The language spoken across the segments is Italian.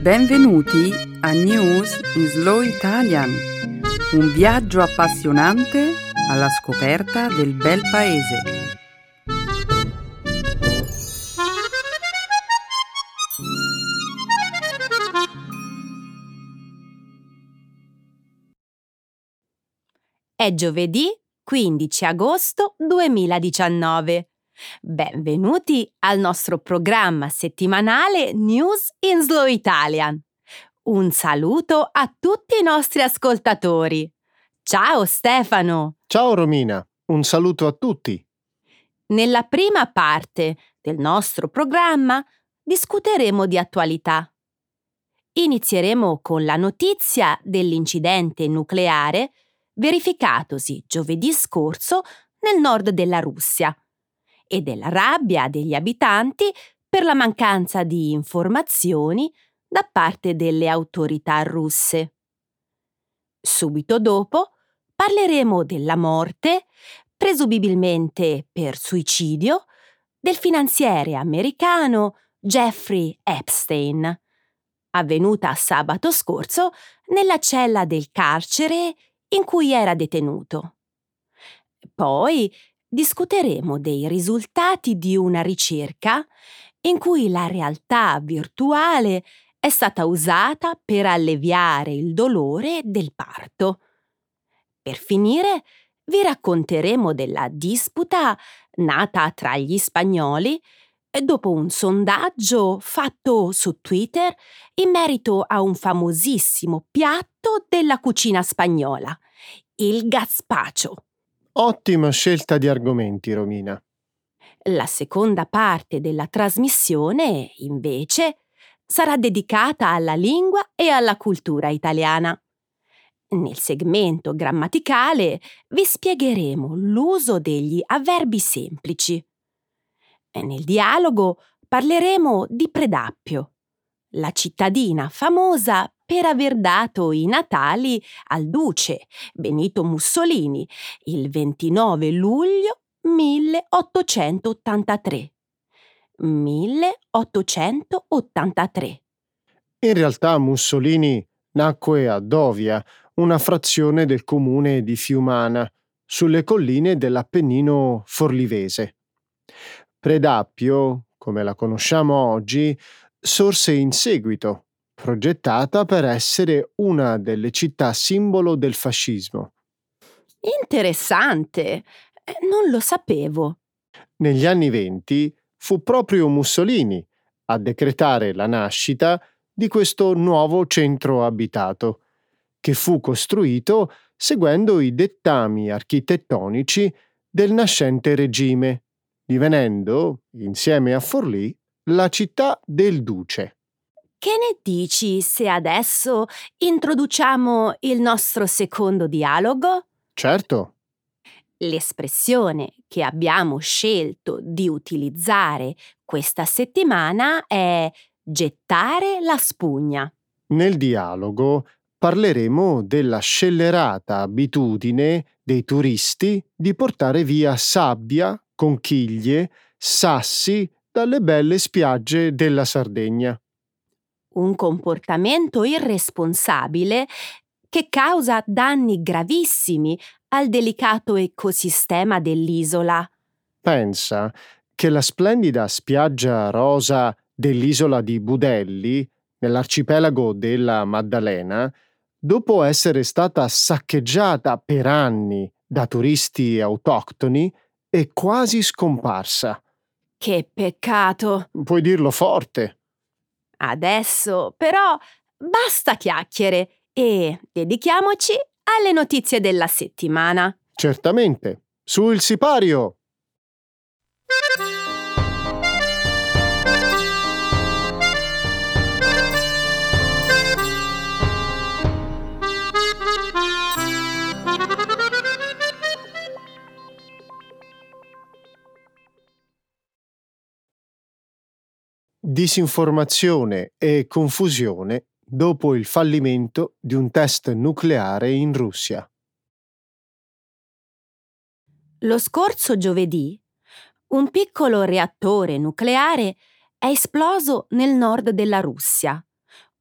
Benvenuti a News in Slow Italian, un viaggio appassionante alla scoperta del bel paese. È giovedì 15 agosto 2019. Benvenuti al nostro programma settimanale News in Slow Italian. Un saluto a tutti i nostri ascoltatori. Ciao Stefano! Ciao Romina, un saluto a tutti. Nella prima parte del nostro programma discuteremo di attualità. Inizieremo con la notizia dell'incidente nucleare verificatosi giovedì scorso nel nord della Russia e della rabbia degli abitanti per la mancanza di informazioni da parte delle autorità russe. Subito dopo parleremo della morte, presumibilmente per suicidio, del finanziere americano Jeffrey Epstein, avvenuta sabato scorso nella cella del carcere in cui era detenuto. Poi discuteremo dei risultati di una ricerca in cui la realtà virtuale è stata usata per alleviare il dolore del parto. Per finire, vi racconteremo della disputa nata tra gli spagnoli dopo un sondaggio fatto su Twitter in merito a un famosissimo piatto della cucina spagnola, il gazpacho. Ottima scelta di argomenti, Romina. La seconda parte della trasmissione, invece, sarà dedicata alla lingua e alla cultura italiana. Nel segmento grammaticale vi spiegheremo l'uso degli avverbi semplici. E nel dialogo parleremo di Predappio, la cittadina famosa per aver dato i natali al duce Benito Mussolini il 29 luglio 1883. 1883. In realtà Mussolini nacque a Dovia, una frazione del comune di Fiumana, sulle colline dell'Appennino forlivese. Predappio, come la conosciamo oggi, sorse in seguito, progettata per essere una delle città simbolo del fascismo. Interessante! Non lo sapevo. Negli anni '20 fu proprio Mussolini a decretare la nascita di questo nuovo centro abitato, che fu costruito seguendo i dettami architettonici del nascente regime, divenendo, insieme a Forlì, la città del Duce. Che ne dici se adesso introduciamo il nostro secondo dialogo? Certo, L'espressione che abbiamo scelto di utilizzare questa settimana è gettare la spugna. nel dialogo parleremo della scellerata abitudine dei turisti di portare via sabbia, conchiglie, sassi dalle belle spiagge della Sardegna. Un comportamento irresponsabile che causa danni gravissimi al delicato ecosistema dell'isola. Pensa che la splendida spiaggia rosa dell'isola di Budelli, nell'arcipelago della Maddalena, dopo essere stata saccheggiata per anni da turisti autoctoni, è quasi scomparsa. Che peccato! Puoi dirlo forte. Adesso, però, basta chiacchiere e dedichiamoci alle notizie della settimana. Certamente. Su il sipario! Disinformazione e confusione dopo il fallimento di un test nucleare in Russia. Lo scorso giovedì, un piccolo reattore nucleare è esploso nel nord della Russia,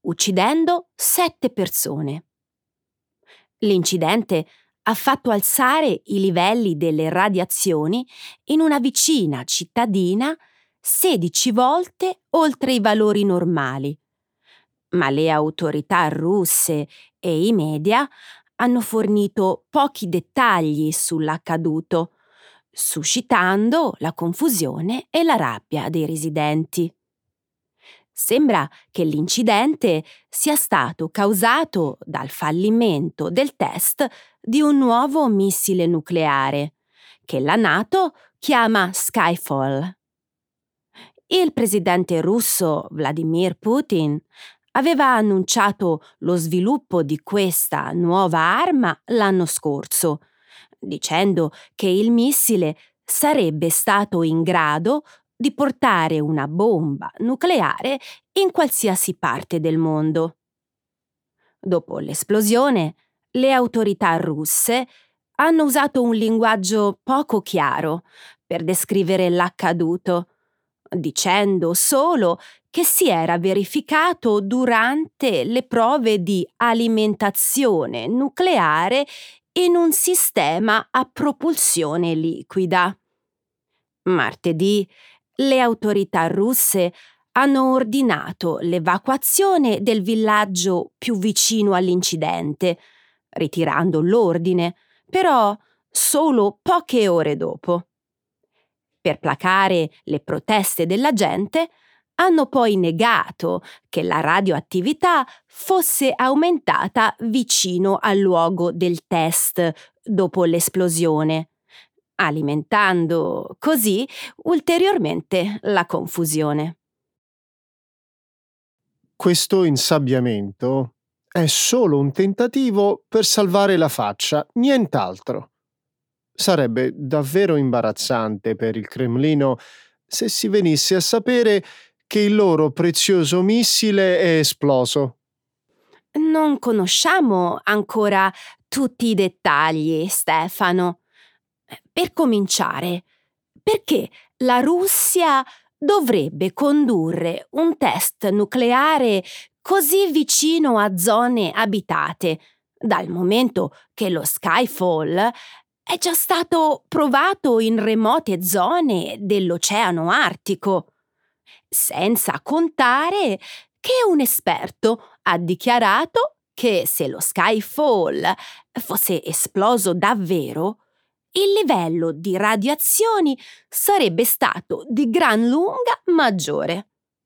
uccidendo 7 persone. L'incidente ha fatto alzare i livelli delle radiazioni in una vicina cittadina 16 volte oltre i valori normali, ma le autorità russe e i media hanno fornito pochi dettagli sull'accaduto, suscitando la confusione e la rabbia dei residenti. Sembra che l'incidente sia stato causato dal fallimento del test di un nuovo missile nucleare, che la NATO chiama Skyfall. Il presidente russo Vladimir Putin aveva annunciato lo sviluppo di questa nuova arma l'anno scorso, dicendo che il missile sarebbe stato in grado di portare una bomba nucleare in qualsiasi parte del mondo. Dopo l'esplosione, le autorità russe hanno usato un linguaggio poco chiaro per descrivere l'accaduto, dicendo solo che si era verificato durante le prove di alimentazione nucleare in un sistema a propulsione liquida. Martedì, le autorità russe hanno ordinato l'evacuazione del villaggio più vicino all'incidente, ritirando l'ordine, però solo poche ore dopo. Per placare le proteste della gente, hanno poi negato che la radioattività fosse aumentata vicino al luogo del test dopo l'esplosione, alimentando così ulteriormente la confusione. Questo insabbiamento è solo un tentativo per salvare la faccia, nient'altro. Sarebbe davvero imbarazzante per il Cremlino se si venisse a sapere che il loro prezioso missile è esploso. Non conosciamo ancora tutti i dettagli, Stefano. Per cominciare, perché la Russia dovrebbe condurre un test nucleare così vicino a zone abitate, dal momento che lo Skyfall è già stato provato in remote zone dell'Oceano Artico, senza contare che un esperto ha dichiarato che se lo Skyfall fosse esploso davvero, il livello di radiazioni sarebbe stato di gran lunga maggiore.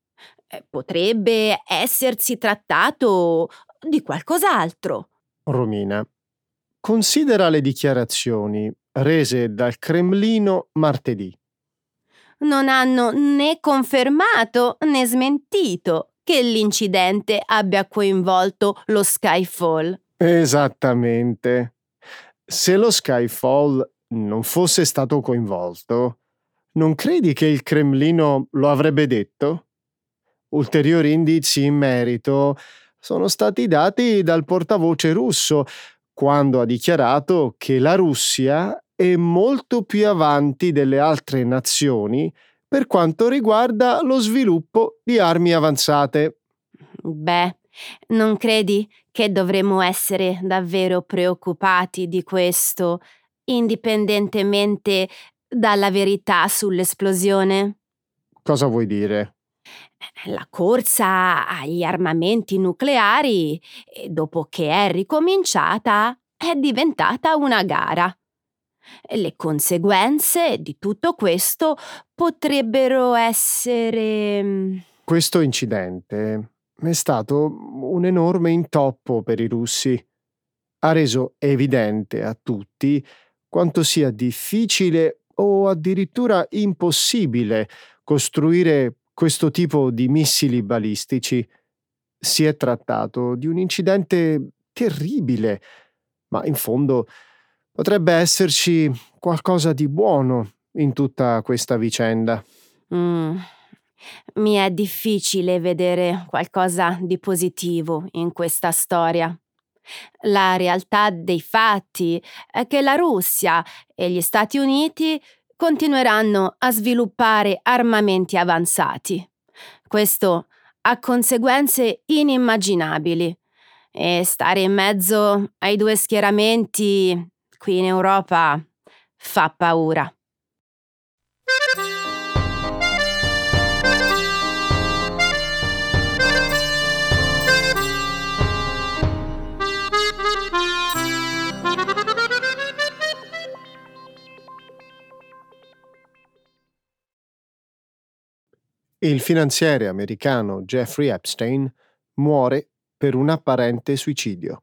Potrebbe essersi trattato di qualcos'altro. Romina, considera le dichiarazioni rese dal Cremlino martedì. Non hanno né confermato né smentito che l'incidente abbia coinvolto lo Skyfall. Esattamente. Se lo Skyfall non fosse stato coinvolto, non credi che il Cremlino lo avrebbe detto? Ulteriori indizi in merito sono stati dati dal portavoce russo, quando ha dichiarato che la Russia è molto più avanti delle altre nazioni per quanto riguarda lo sviluppo di armi avanzate. Beh, non credi che dovremmo essere davvero preoccupati di questo, indipendentemente dalla verità sull'esplosione? Cosa vuoi dire? La corsa agli armamenti nucleari, dopo che è ricominciata, è diventata una gara. Le conseguenze di tutto questo potrebbero essere... Questo incidente è stato un enorme intoppo per i russi. Ha reso evidente a tutti quanto sia difficile o addirittura impossibile costruire questo tipo di missili balistici. Si è trattato di un incidente terribile, ma in fondo potrebbe esserci qualcosa di buono in tutta questa vicenda. Mi è difficile vedere qualcosa di positivo in questa storia. La realtà dei fatti è che la Russia e gli Stati Uniti continueranno a sviluppare armamenti avanzati. Questo ha conseguenze inimmaginabili e stare in mezzo ai due schieramenti qui in Europa fa paura. Il finanziere americano Jeffrey Epstein muore per un apparente suicidio.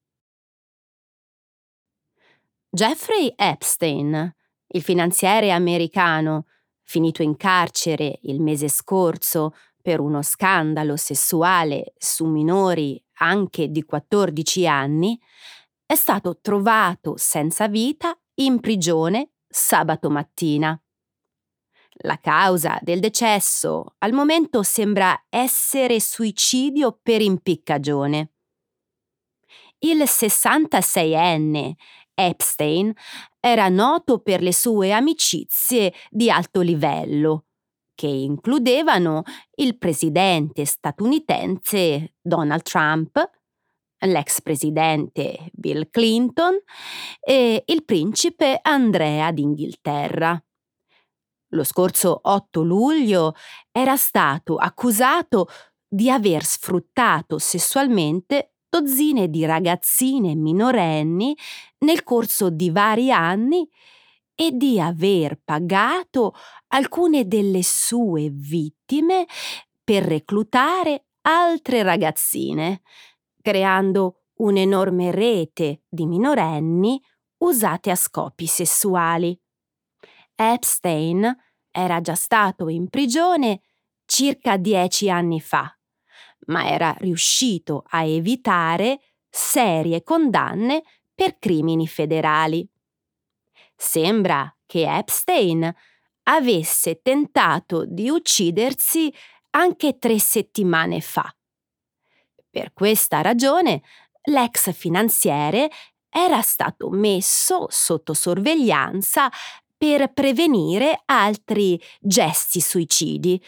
Jeffrey Epstein, il finanziere americano, finito in carcere il mese scorso per uno scandalo sessuale su minori anche di 14 anni, è stato trovato senza vita in prigione sabato mattina. La causa del decesso al momento sembra essere suicidio per impiccagione. Il 66enne Epstein era noto per le sue amicizie di alto livello, che includevano il presidente statunitense Donald Trump, l'ex presidente Bill Clinton e il principe Andrea d'Inghilterra. Lo scorso 8 luglio era stato accusato di aver sfruttato sessualmente dozzine di ragazzine minorenni nel corso di vari anni e di aver pagato alcune delle sue vittime per reclutare altre ragazzine, creando un'enorme rete di minorenni usate a scopi sessuali. Epstein era già stato in prigione circa 10 anni fa, ma era riuscito a evitare serie condanne per crimini federali. Sembra che Epstein avesse tentato di uccidersi anche 3 settimane fa. Per questa ragione, l'ex finanziere era stato messo sotto sorveglianza per prevenire altri gesti suicidi.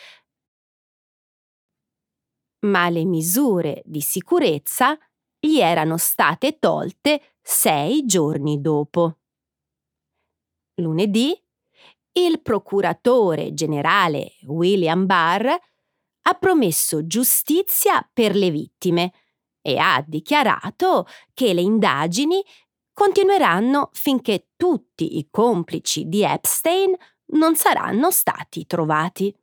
Ma le misure di sicurezza gli erano state tolte 6 giorni dopo. Lunedì, il procuratore generale William Barr ha promesso giustizia per le vittime e ha dichiarato che le indagini continueranno finché tutti i complici di Epstein non saranno stati trovati.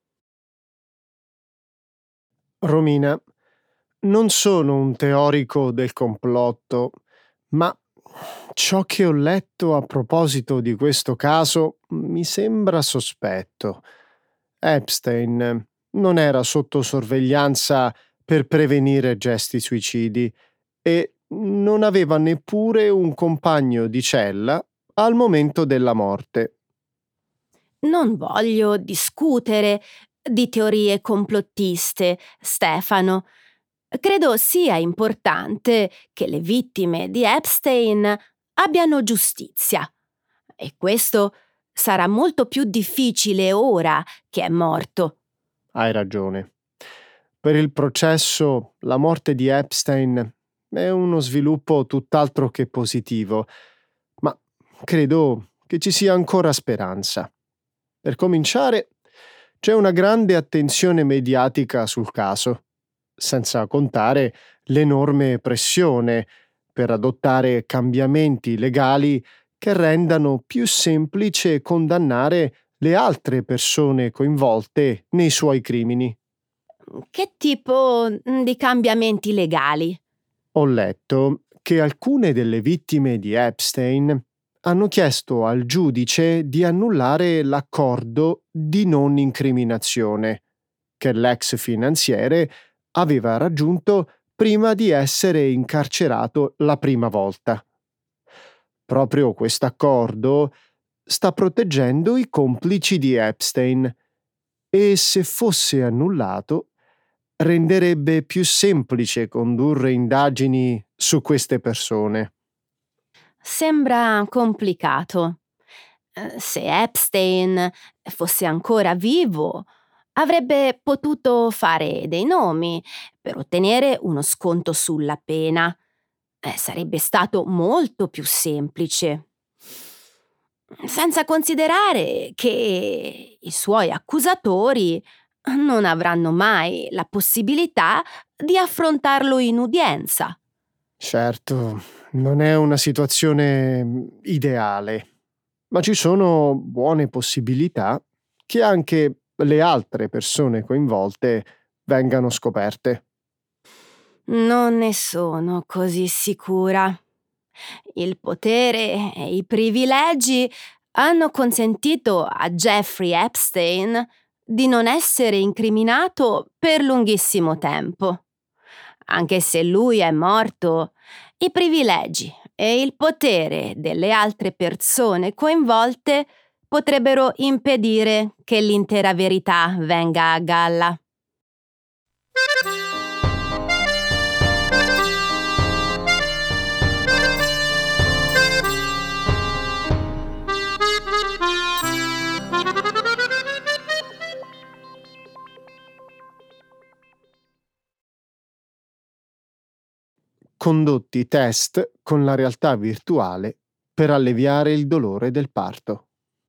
Romina, non sono un teorico del complotto, ma ciò che ho letto a proposito di questo caso mi sembra sospetto. Epstein non era sotto sorveglianza per prevenire gesti suicidi e non aveva neppure un compagno di cella al momento della morte. Non voglio discutere di teorie complottiste, Stefano. Credo sia importante che le vittime di Epstein abbiano giustizia. E questo sarà molto più difficile ora che è morto. Hai ragione. Per il processo, la morte di Epstein è uno sviluppo tutt'altro che positivo, ma credo che ci sia ancora speranza. Per cominciare, c'è una grande attenzione mediatica sul caso, senza contare l'enorme pressione per adottare cambiamenti legali che rendano più semplice condannare le altre persone coinvolte nei suoi crimini. Che tipo di cambiamenti legali? Ho letto che alcune delle vittime di Epstein hanno chiesto al giudice di annullare l'accordo di non incriminazione che l'ex finanziere aveva raggiunto prima di essere incarcerato la prima volta. Proprio quest'accordo sta proteggendo i complici di Epstein e se fosse annullato renderebbe più semplice condurre indagini su queste persone. Sembra complicato. Se Epstein fosse ancora vivo, Avrebbe potuto fare dei nomi per ottenere uno sconto sulla pena. Sarebbe stato molto più semplice. Senza considerare che i suoi accusatori non avranno mai la possibilità di affrontarlo in udienza. Certo, non è una situazione ideale, ma ci sono buone possibilità che anche le altre persone coinvolte vengano scoperte. Non ne sono così sicura. Il potere e i privilegi hanno consentito a Jeffrey Epstein di non essere incriminato per lunghissimo tempo. Anche se lui è morto, i privilegi e il potere delle altre persone coinvolte potrebbero impedire che l'intera verità venga a galla. Condotti test con la realtà virtuale per alleviare il dolore del parto.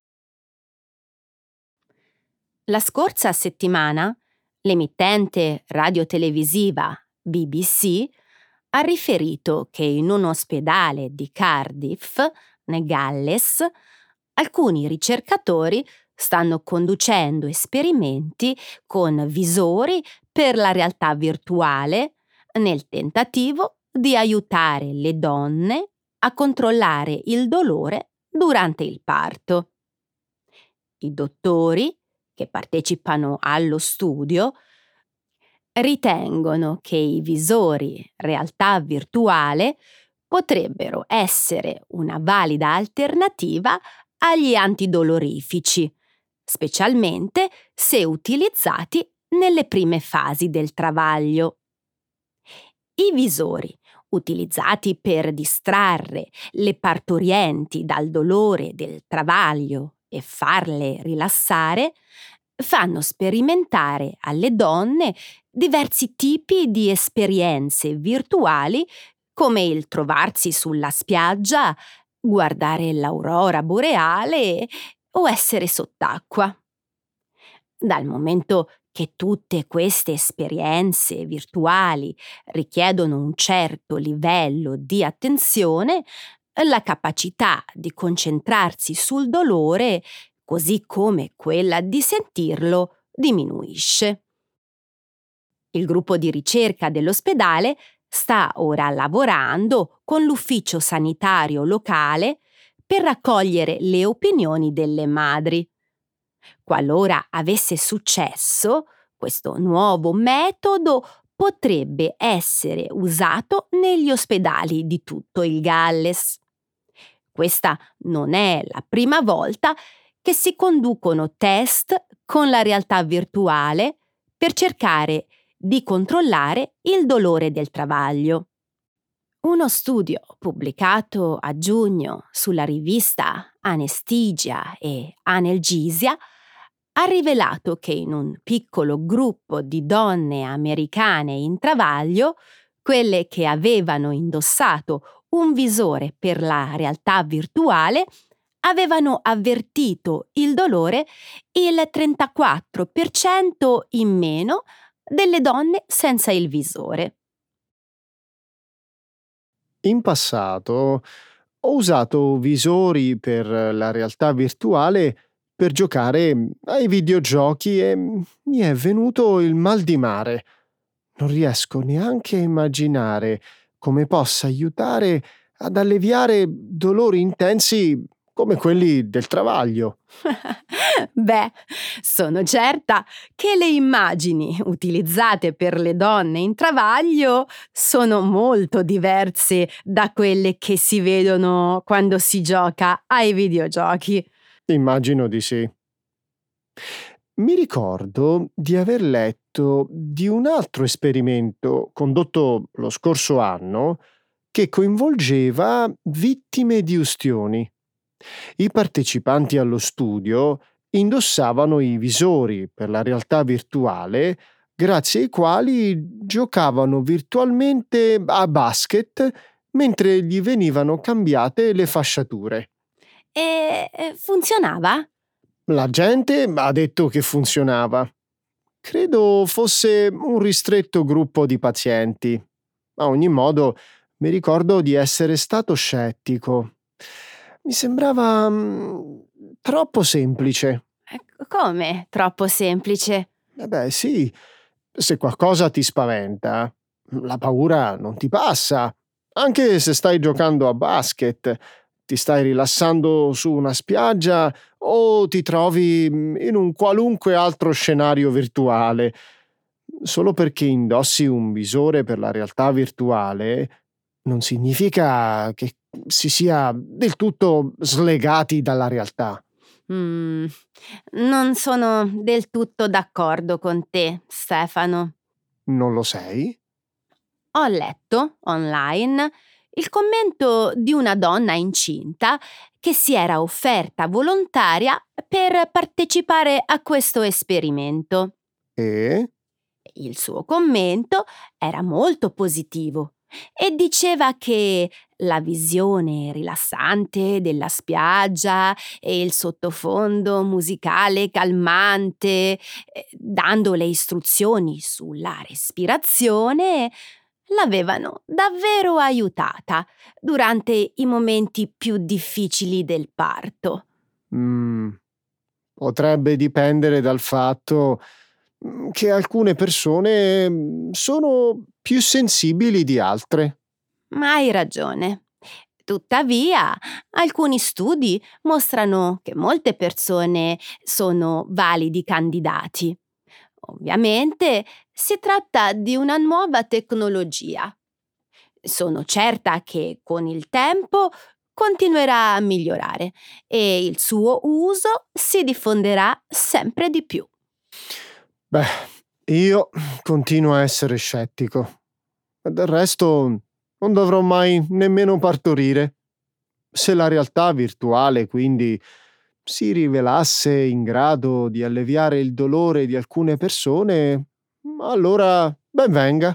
La scorsa settimana, l'emittente radiotelevisiva BBC ha riferito che in un ospedale di Cardiff, nel Galles, alcuni ricercatori stanno conducendo esperimenti con visori per la realtà virtuale nel tentativo di aiutare le donne a controllare il dolore durante il parto. I dottori che partecipano allo studio ritengono che i visori realtà virtuale potrebbero essere una valida alternativa agli antidolorifici, specialmente se utilizzati nelle prime fasi del travaglio. I visori utilizzati per distrarre le partorienti dal dolore del travaglio e farle rilassare fanno sperimentare alle donne diversi tipi di esperienze virtuali, come il trovarsi sulla spiaggia, guardare l'aurora boreale o essere sott'acqua. Dal momento che tutte queste esperienze virtuali richiedono un certo livello di attenzione, la capacità di concentrarsi sul dolore, così come quella di sentirlo, diminuisce. Il gruppo di ricerca dell'ospedale sta ora lavorando con l'ufficio sanitario locale per raccogliere le opinioni delle madri. Qualora avesse successo, questo nuovo metodo potrebbe essere usato negli ospedali di tutto il Galles. Questa non è la prima volta che si conducono test con la realtà virtuale per cercare di controllare il dolore del travaglio. Uno studio pubblicato a giugno sulla rivista Anesthesia e Analgesia ha rivelato che in un piccolo gruppo di donne americane in travaglio, quelle che avevano indossato un visore per la realtà virtuale, avevano avvertito il dolore il 34% in meno delle donne senza il visore. In passato ho usato visori per la realtà virtuale per giocare ai videogiochi e mi è venuto il mal di mare. Non riesco neanche a immaginare come possa aiutare ad alleviare dolori intensi come quelli del travaglio. Beh, sono certa che le immagini utilizzate per le donne in travaglio sono molto diverse da quelle che si vedono quando si gioca ai videogiochi. Immagino di sì. Mi ricordo di aver letto di un altro esperimento condotto lo scorso anno che coinvolgeva vittime di ustioni. I partecipanti allo studio indossavano i visori per la realtà virtuale, grazie ai quali giocavano virtualmente a basket mentre gli venivano cambiate le fasciature. E funzionava? La gente ha detto che funzionava. Credo fosse un ristretto gruppo di pazienti. A ogni modo, mi ricordo di essere stato scettico. Mi sembrava troppo semplice. Come? Troppo semplice. Sì, se qualcosa ti spaventa, la paura non ti passa. Anche se stai giocando a basket, ti stai rilassando su una spiaggia o ti trovi in un qualunque altro scenario virtuale. Solo perché indossi un visore per la realtà virtuale non significa che si sia del tutto slegati dalla realtà. Non sono del tutto d'accordo con te, Stefano. Non lo sei? Ho letto online il commento di una donna incinta che si era offerta volontaria per partecipare a questo esperimento. E? Il suo commento era molto positivo e diceva che la visione rilassante della spiaggia e il sottofondo musicale calmante, dando le istruzioni sulla respirazione, l'avevano davvero aiutata durante i momenti più difficili del parto. Potrebbe dipendere dal fatto che alcune persone sono più sensibili di altre. Ma hai ragione. Tuttavia, alcuni studi mostrano che molte persone sono validi candidati. Ovviamente si tratta di una nuova tecnologia. Sono certa che con il tempo continuerà a migliorare e il suo uso si diffonderà sempre di più. Io continuo a essere scettico. Del resto, non dovrò mai nemmeno partorire. Se la realtà virtuale, quindi, si rivelasse in grado di alleviare il dolore di alcune persone, allora ben venga.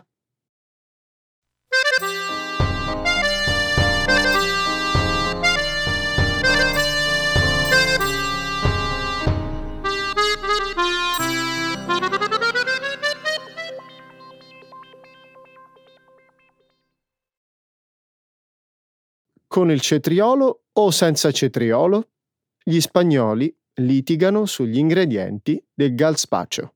Con il cetriolo o senza cetriolo? Gli spagnoli litigano sugli ingredienti del gazpacho.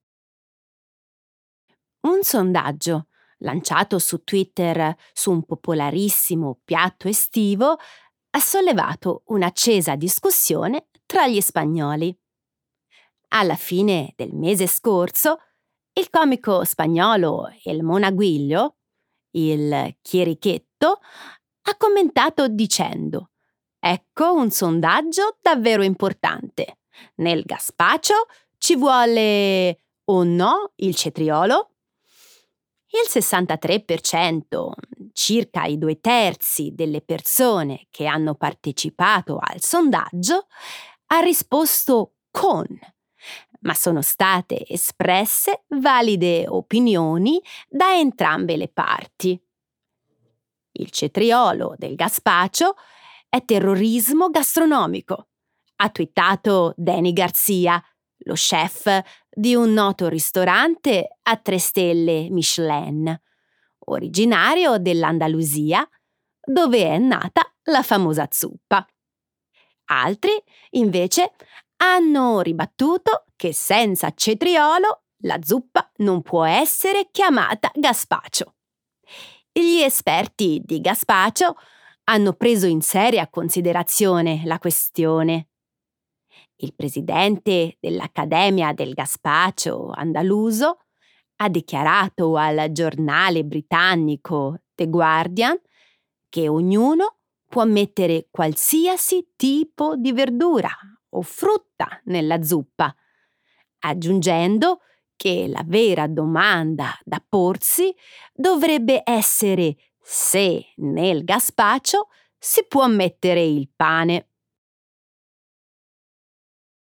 Un sondaggio lanciato su Twitter su un popolarissimo piatto estivo ha sollevato un'accesa discussione tra gli spagnoli. Alla fine del mese scorso, il comico spagnolo El Monaguillo, il chierichetto, ha commentato dicendo: «Ecco un sondaggio davvero importante. Nel gazpacho ci vuole o no il cetriolo?» Il 63%, circa i 2/3 delle persone che hanno partecipato al sondaggio, ha risposto con, ma sono state espresse valide opinioni da entrambe le parti. Il cetriolo del gazpacho è terrorismo gastronomico, ha twittato Danny Garcia, lo chef di un noto ristorante a 3 stelle Michelin, originario dell'Andalusia, dove è nata la famosa zuppa. Altri, invece, hanno ribattuto che senza cetriolo la zuppa non può essere chiamata gazpacho. Gli esperti di gazpacho hanno preso in seria considerazione la questione. Il presidente dell'Accademia del Gazpacho andaluso ha dichiarato al giornale britannico The Guardian che ognuno può mettere qualsiasi tipo di verdura o frutta nella zuppa, aggiungendo che la vera domanda da porsi dovrebbe essere se nel gazpacho si può mettere il pane.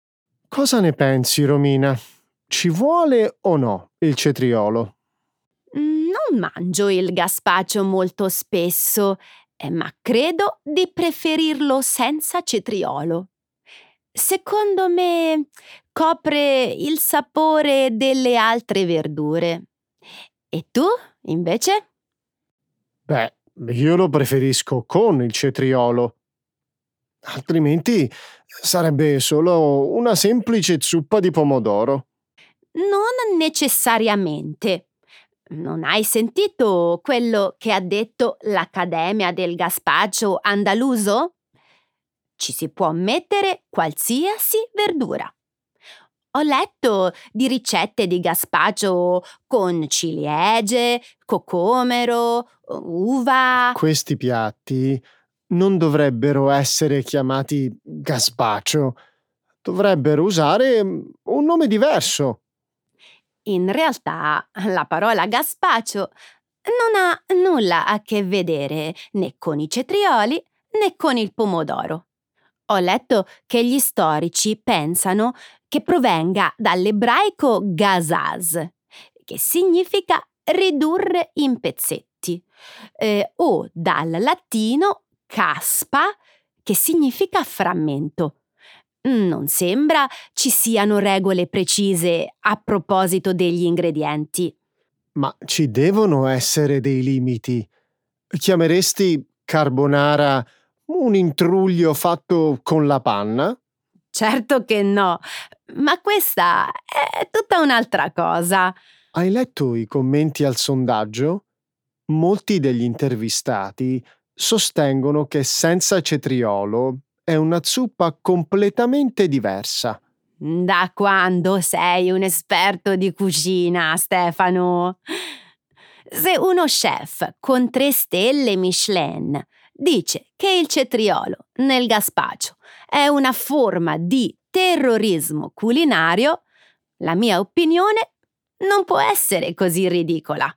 Cosa ne pensi, Romina? Ci vuole o no il cetriolo? Non mangio il gazpacho molto spesso, ma credo di preferirlo senza cetriolo. Secondo me copre il sapore delle altre verdure. E tu, invece? Beh, io lo preferisco con il cetriolo. Altrimenti sarebbe solo una semplice zuppa di pomodoro. Non necessariamente. Non hai sentito quello che ha detto l'Accademia del Gazpacho Andaluso? Ci si può mettere qualsiasi verdura. Ho letto di ricette di gazpacho con ciliegie, cocomero, uva. Questi piatti non dovrebbero essere chiamati gazpacho, dovrebbero usare un nome diverso. In realtà la parola gazpacho non ha nulla a che vedere né con i cetrioli né con il pomodoro. Ho letto che gli storici pensano che provenga dall'ebraico gazaz, che significa ridurre in pezzetti, o dal latino caspa, che significa frammento. Non sembra ci siano regole precise a proposito degli ingredienti. Ma ci devono essere dei limiti. Chiameresti carbonara un intruglio fatto con la panna? Certo che no, ma questa è tutta un'altra cosa. Hai letto i commenti al sondaggio? Molti degli intervistati sostengono che senza cetriolo è una zuppa completamente diversa. Da quando sei un esperto di cucina, Stefano? Se uno chef con 3 stelle Michelin dice che il cetriolo nel gazpacho è una forma di terrorismo culinario, la mia opinione non può essere così ridicola.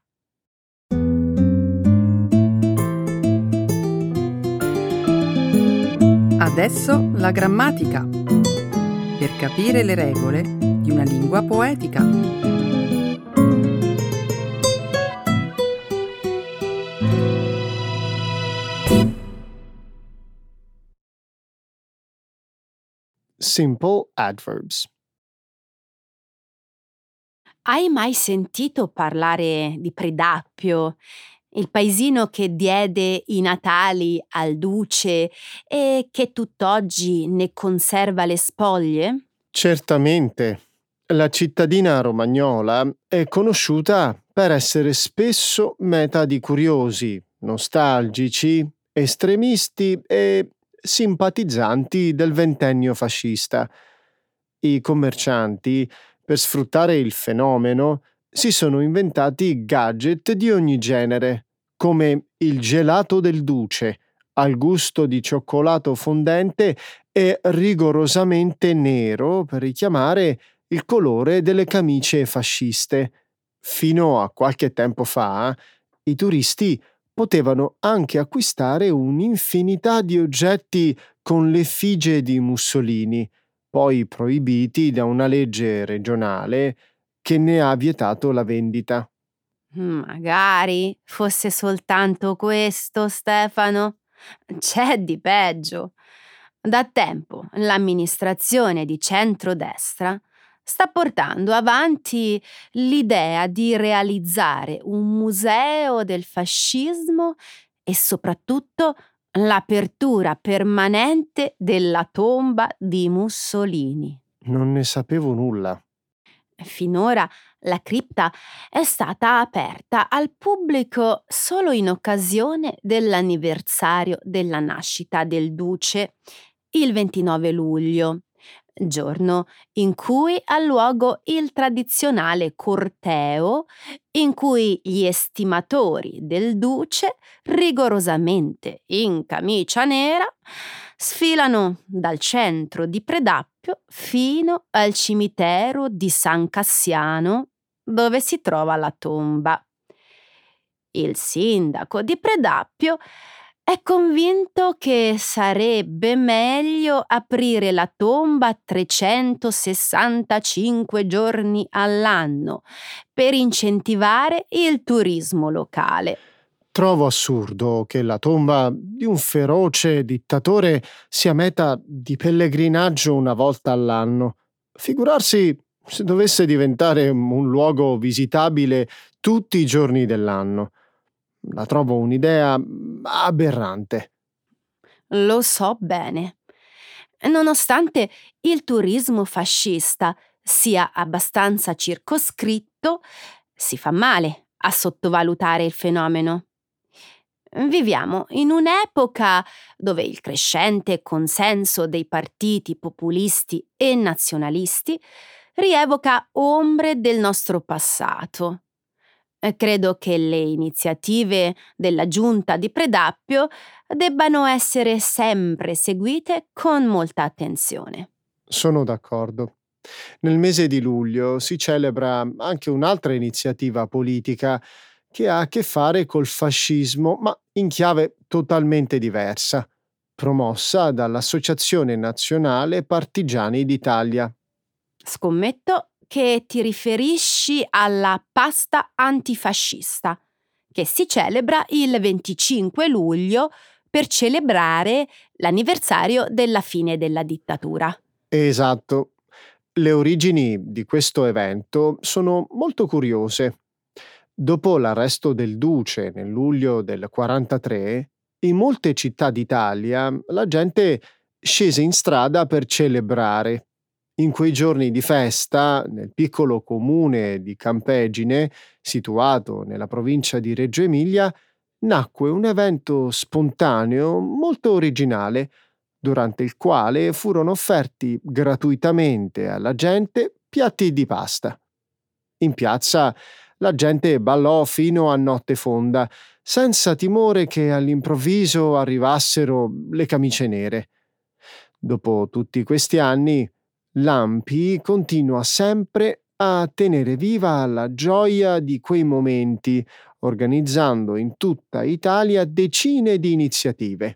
Adesso la grammatica, per capire le regole di una lingua poetica. Simple adverbs. Hai mai sentito parlare di Predappio, il paesino che diede i natali al duce e che tutt'oggi ne conserva le spoglie? Certamente. La cittadina romagnola è conosciuta per essere spesso meta di curiosi, nostalgici, estremisti e simpatizzanti del ventennio fascista. I commercianti, per sfruttare il fenomeno, si sono inventati gadget di ogni genere, come il gelato del duce, al gusto di cioccolato fondente e rigorosamente nero per richiamare il colore delle camicie fasciste. Fino a qualche tempo fa, i turisti potevano anche acquistare un'infinità di oggetti con l'effigie di Mussolini, poi proibiti da una legge regionale che ne ha vietato la vendita. Magari fosse soltanto questo, Stefano. C'è di peggio. Da tempo l'amministrazione di centrodestra sta portando avanti l'idea di realizzare un museo del fascismo e soprattutto l'apertura permanente della tomba di Mussolini. Non ne sapevo nulla. Finora la cripta è stata aperta al pubblico solo in occasione dell'anniversario della nascita del duce, il 29 luglio, giorno in cui ha luogo il tradizionale corteo in cui gli estimatori del duce, rigorosamente in camicia nera, sfilano dal centro di Predappio fino al cimitero di San Cassiano, dove si trova la tomba. Il sindaco di Predappio È convinto che sarebbe meglio aprire la tomba 365 giorni all'anno per incentivare il turismo locale. Trovo assurdo che la tomba di un feroce dittatore sia meta di pellegrinaggio una volta all'anno. Figurarsi se dovesse diventare un luogo visitabile tutti i giorni dell'anno. La trovo un'idea aberrante. Lo so bene. Nonostante il turismo fascista sia abbastanza circoscritto, si fa male a sottovalutare il fenomeno. Viviamo in un'epoca dove il crescente consenso dei partiti populisti e nazionalisti rievoca ombre del nostro passato. Credo che le iniziative della giunta di Predappio debbano essere sempre seguite con molta attenzione. Sono d'accordo. Nel mese di luglio si celebra anche un'altra iniziativa politica che ha a che fare col fascismo, ma in chiave totalmente diversa, promossa dall'Associazione Nazionale Partigiani d'Italia. Scommetto che ti riferisci alla pasta antifascista, che si celebra il 25 luglio per celebrare l'anniversario della fine della dittatura. Esatto. Le origini di questo evento sono molto curiose. Dopo l'arresto del duce nel luglio del 43, in molte città d'Italia la gente scese in strada per celebrare. In quei giorni di festa, nel piccolo comune di Campegine, situato nella provincia di Reggio Emilia, nacque un evento spontaneo molto originale, durante il quale furono offerti gratuitamente alla gente piatti di pasta. In piazza la gente ballò fino a notte fonda, senza timore che all'improvviso arrivassero le camicie nere. Dopo tutti questi anni, l'ANPI continua sempre a tenere viva la gioia di quei momenti, organizzando in tutta Italia decine di iniziative.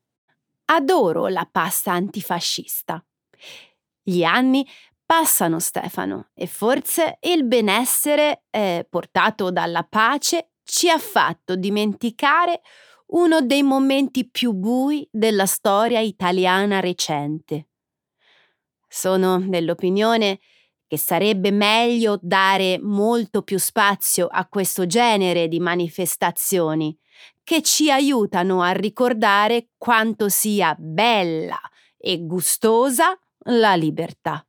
Adoro la pasta antifascista. Gli anni passano, Stefano, e forse il benessere portato dalla pace ci ha fatto dimenticare uno dei momenti più bui della storia italiana recente. Sono dell'opinione che sarebbe meglio dare molto più spazio a questo genere di manifestazioni che ci aiutano a ricordare quanto sia bella e gustosa la libertà.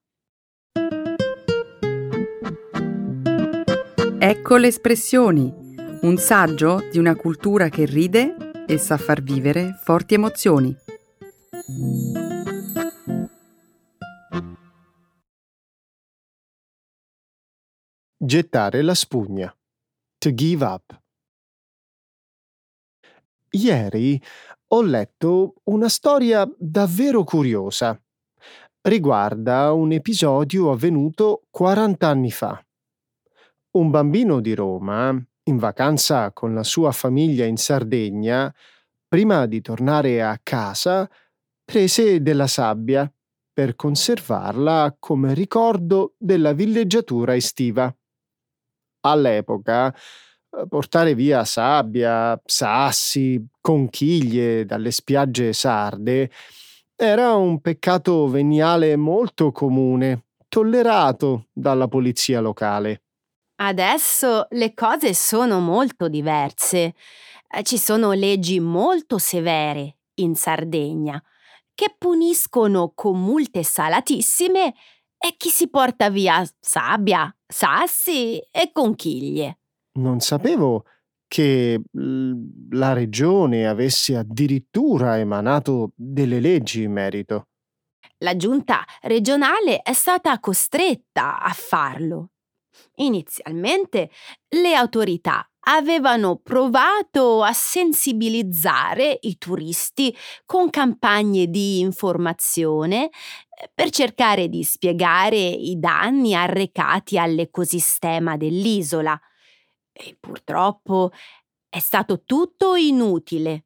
Ecco le espressioni, un saggio di una cultura che ride e sa far vivere forti emozioni. Gettare la spugna. To give up. Ieri ho letto una storia davvero curiosa. Riguarda un episodio avvenuto 40 anni fa. Un bambino di Roma, in vacanza con la sua famiglia in Sardegna, prima di tornare a casa, prese della sabbia per conservarla come ricordo della villeggiatura estiva. All'epoca, portare via sabbia, sassi, conchiglie dalle spiagge sarde era un peccato veniale molto comune, tollerato dalla polizia locale. Adesso le cose sono molto diverse. Ci sono leggi molto severe in Sardegna che puniscono con multe salatissime e chi si porta via sabbia, sassi e conchiglie. Non sapevo che la regione avesse addirittura emanato delle leggi in merito. La giunta regionale è stata costretta a farlo. Inizialmente le autorità avevano provato a sensibilizzare i turisti con campagne di informazione per cercare di spiegare i danni arrecati all'ecosistema dell'isola. E purtroppo è stato tutto inutile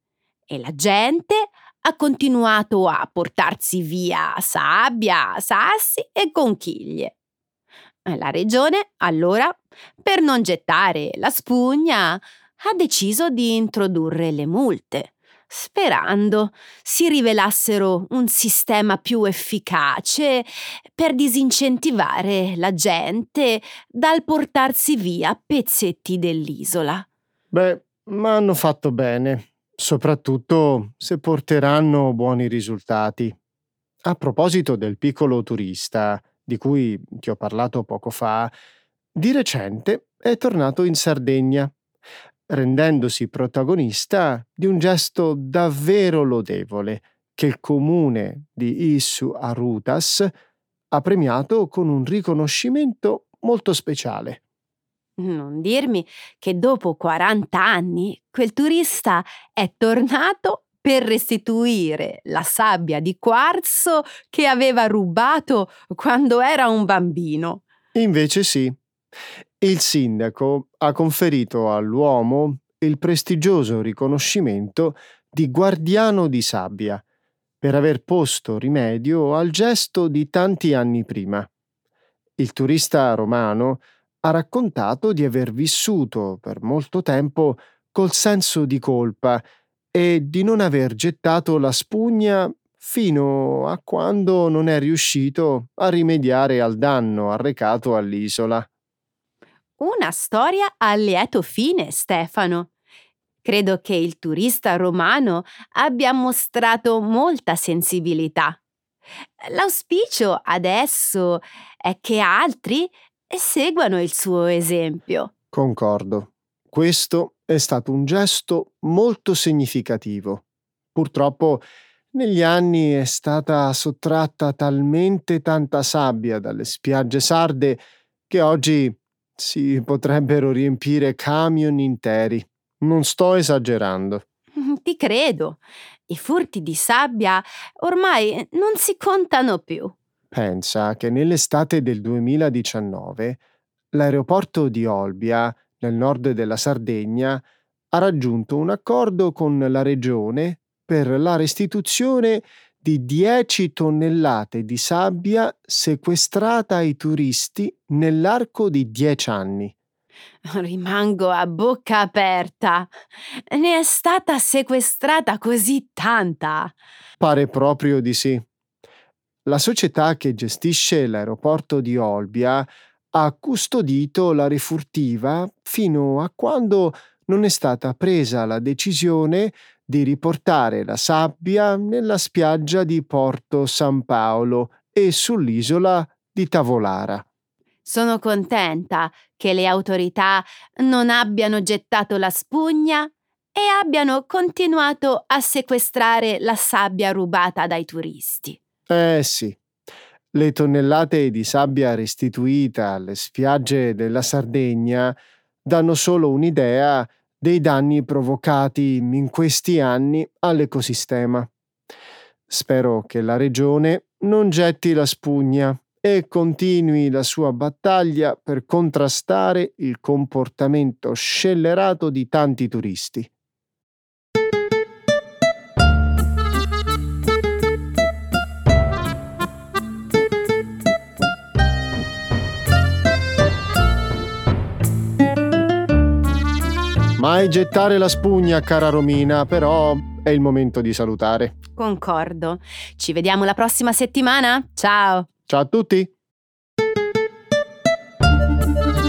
e la gente ha continuato a portarsi via sabbia, sassi e conchiglie. La regione, allora, per non gettare la spugna, ha deciso di introdurre le multe, sperando si rivelassero un sistema più efficace per disincentivare la gente dal portarsi via pezzetti dell'isola. Beh, ma hanno fatto bene, soprattutto se porteranno buoni risultati. A proposito del piccolo turista, di cui ti ho parlato poco fa, di recente è tornato in Sardegna, rendendosi protagonista di un gesto davvero lodevole che il comune di Issu Arutas ha premiato con un riconoscimento molto speciale. Non dirmi che dopo 40 anni quel turista è tornato per restituire la sabbia di quarzo che aveva rubato quando era un bambino. Invece sì, il sindaco ha conferito all'uomo il prestigioso riconoscimento di guardiano di sabbia per aver posto rimedio al gesto di tanti anni prima. Il turista romano ha raccontato di aver vissuto per molto tempo col senso di colpa e di non aver gettato la spugna fino a quando non è riuscito a rimediare al danno arrecato all'isola. Una storia a lieto fine, Stefano. Credo che il turista romano abbia mostrato molta sensibilità. L'auspicio adesso è che altri seguano il suo esempio. Concordo. Questo è stato un gesto molto significativo. Purtroppo negli anni è stata sottratta talmente tanta sabbia dalle spiagge sarde che oggi si potrebbero riempire camion interi. Non sto esagerando. Ti credo. I furti di sabbia ormai non si contano più. Pensa che nell'estate del 2019 l'aeroporto di Olbia, nel nord della Sardegna, ha raggiunto un accordo con la regione per la restituzione di 10 tonnellate di sabbia sequestrata ai turisti nell'arco di 10 anni. Rimango a bocca aperta. Ne è stata sequestrata così tanta. Pare proprio di sì. La società che gestisce l'aeroporto di Olbia ha custodito la rifurtiva fino a quando non è stata presa la decisione di riportare la sabbia nella spiaggia di Porto San Paolo e sull'isola di Tavolara. Sono contenta che le autorità non abbiano gettato la spugna e abbiano continuato a sequestrare la sabbia rubata dai turisti. Sì, le tonnellate di sabbia restituita alle spiagge della Sardegna danno solo un'idea dei danni provocati in questi anni all'ecosistema. Spero che la regione non getti la spugna e continui la sua battaglia per contrastare il comportamento scellerato di tanti turisti. Mai gettare la spugna, cara Romina, però è il momento di salutare. Concordo. Ci vediamo la prossima settimana. Ciao! Ciao a tutti!